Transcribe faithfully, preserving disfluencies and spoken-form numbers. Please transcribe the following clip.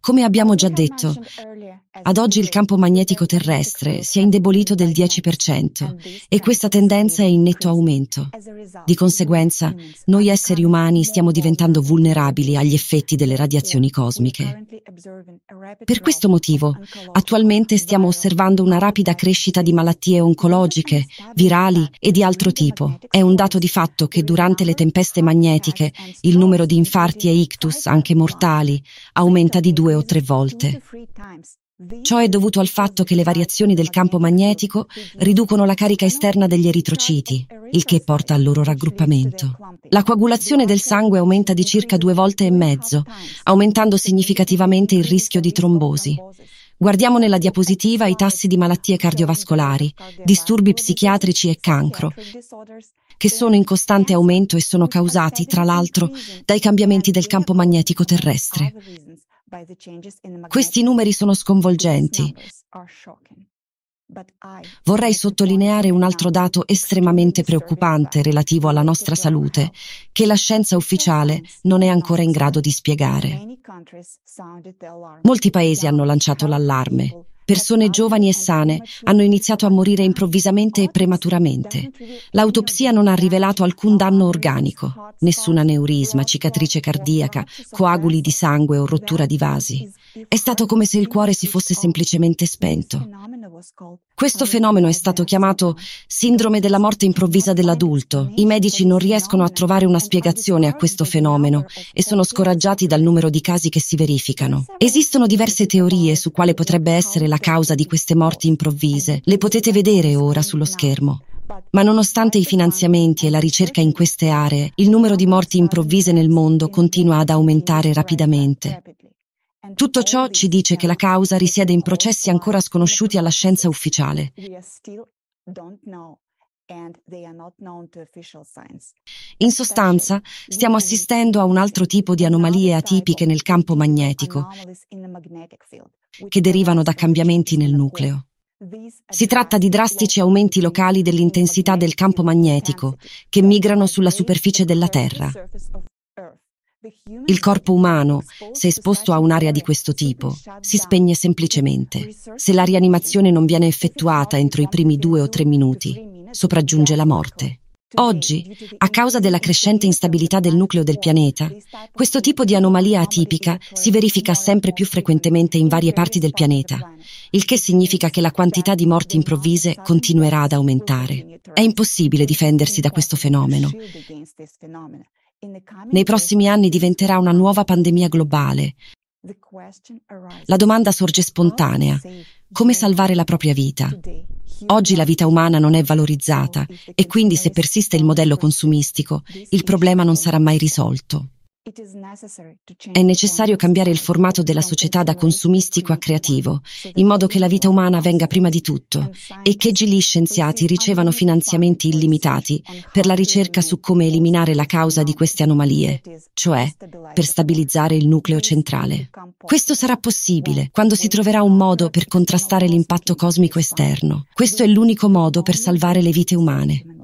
Come abbiamo già detto, ad oggi il campo magnetico terrestre si è indebolito del dieci per cento e questa tendenza è in netto aumento. Di conseguenza, noi esseri umani stiamo diventando vulnerabili agli effetti delle radiazioni cosmiche. Per questo motivo, attualmente stiamo osservando una rapida crescita di malattie oncologiche, virali e di altro tipo. È un dato di fatto che durante le tempeste magnetiche il numero di infarti e ictus, anche mortali, aumenta di due o tre volte. Ciò è dovuto al fatto che le variazioni del campo magnetico riducono la carica esterna degli eritrociti, il che porta al loro raggruppamento. La coagulazione del sangue aumenta di circa due volte e mezzo, aumentando significativamente il rischio di trombosi. Guardiamo nella diapositiva i tassi di malattie cardiovascolari, disturbi psichiatrici e cancro, che sono in costante aumento e sono causati, tra l'altro, dai cambiamenti del campo magnetico terrestre. Questi numeri sono sconvolgenti. Vorrei sottolineare un altro dato estremamente preoccupante relativo alla nostra salute, che la scienza ufficiale non è ancora in grado di spiegare. Molti paesi hanno lanciato l'allarme. Persone giovani e sane hanno iniziato a morire improvvisamente e prematuramente. L'autopsia non ha rivelato alcun danno organico, nessun aneurisma, cicatrice cardiaca, coaguli di sangue o rottura di vasi. È stato come se il cuore si fosse semplicemente spento. Questo fenomeno è stato chiamato sindrome della morte improvvisa dell'adulto. I medici non riescono a trovare una spiegazione a questo fenomeno e sono scoraggiati dal numero di casi che si verificano. Esistono diverse teorie su quale potrebbe essere la causa di queste morti improvvise. Le potete vedere ora sullo schermo. Ma nonostante i finanziamenti e la ricerca in queste aree, il numero di morti improvvise nel mondo continua ad aumentare rapidamente. Tutto ciò ci dice che la causa risiede in processi ancora sconosciuti alla scienza ufficiale. In sostanza, stiamo assistendo a un altro tipo di anomalie atipiche nel campo magnetico, che derivano da cambiamenti nel nucleo. Si tratta di drastici aumenti locali dell'intensità del campo magnetico, che migrano sulla superficie della Terra. Il corpo umano, se esposto a un'area di questo tipo, si spegne semplicemente. Se la rianimazione non viene effettuata entro i primi due o tre minuti, sopraggiunge la morte. Oggi, a causa della crescente instabilità del nucleo del pianeta, questo tipo di anomalia atipica si verifica sempre più frequentemente in varie parti del pianeta, il che significa che la quantità di morti improvvise continuerà ad aumentare. È impossibile difendersi da questo fenomeno. Nei prossimi anni diventerà una nuova pandemia globale. La domanda sorge spontanea: come salvare la propria vita? Oggi la vita umana non è valorizzata e quindi se persiste il modello consumistico, il problema non sarà mai risolto. È necessario cambiare il formato della società da consumistico a creativo, in modo che la vita umana venga prima di tutto e che gli scienziati ricevano finanziamenti illimitati per la ricerca su come eliminare la causa di queste anomalie, cioè per stabilizzare il nucleo centrale. Questo sarà possibile quando si troverà un modo per contrastare l'impatto cosmico esterno. Questo è l'unico modo per salvare le vite umane.